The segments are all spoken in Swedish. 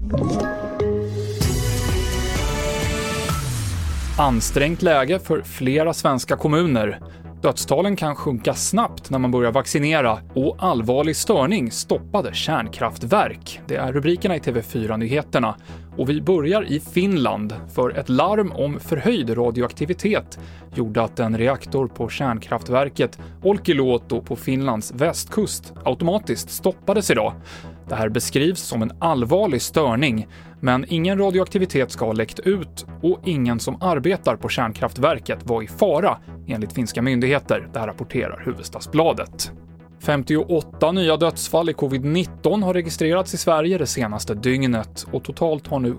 Ansträngt läge för flera svenska kommuner. Dödstalen kan sjunka snabbt när man börjar vaccinera och allvarlig störning stoppade kärnkraftverk. Det är rubrikerna i TV4-nyheterna. Och vi börjar i Finland, för ett larm om förhöjd radioaktivitet gjorde att en reaktor på kärnkraftverket Olkiluoto på Finlands västkust automatiskt stoppades idag. Det här beskrivs som en allvarlig störning, men ingen radioaktivitet ska ha läckt ut och ingen som arbetar på kärnkraftverket var i fara, enligt finska myndigheter. Det här rapporterar Hufvudstadsbladet. 58 nya dödsfall i covid-19 har registrerats i Sverige det senaste dygnet och totalt har nu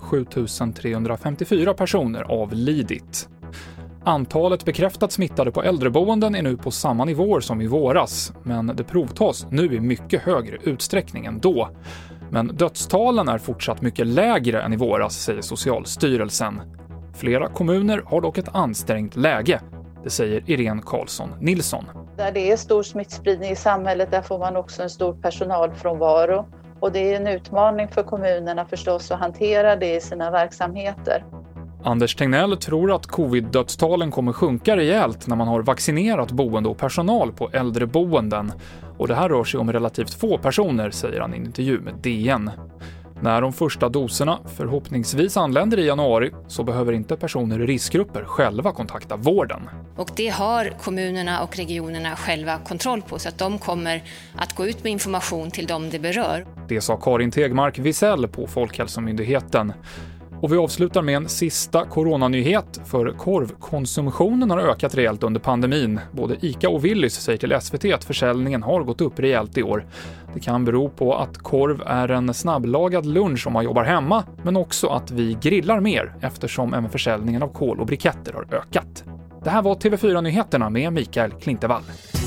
7354 personer avlidit. Antalet bekräftat smittade på äldreboenden är nu på samma nivåer som i våras, men det provtas nu i mycket högre utsträckning än då. Men dödstalen är fortsatt mycket lägre än i våras, säger Socialstyrelsen. Flera kommuner har dock ett ansträngt läge, det säger Irene Karlsson Nilsson. Där det är stor smittspridning i samhället, där får man också en stor personalfrånvaro. Och det är en utmaning för kommunerna förstås att hantera det i sina verksamheter. Anders Tegnell tror att covid-dödstalen kommer sjunka rejält när man har vaccinerat boende och personal på äldreboenden. Och det här rör sig om relativt få personer, säger han i en intervju med DN. När de första doserna förhoppningsvis anländer i januari så behöver inte personer i riskgrupper själva kontakta vården. Och det har kommunerna och regionerna själva kontroll på, så att de kommer att gå ut med information till dem det berör. Det sa Karin Tegmark Wisell på Folkhälsomyndigheten. Och vi avslutar med en sista coronanyhet, för korvkonsumtionen har ökat rejält under pandemin. Både ICA och Willys säger till SVT att försäljningen har gått upp rejält i år. Det kan bero på att korv är en snabblagad lunch om man jobbar hemma, men också att vi grillar mer eftersom även försäljningen av kål och briketter har ökat. Det här var TV4-nyheterna med Mikael Klintevall.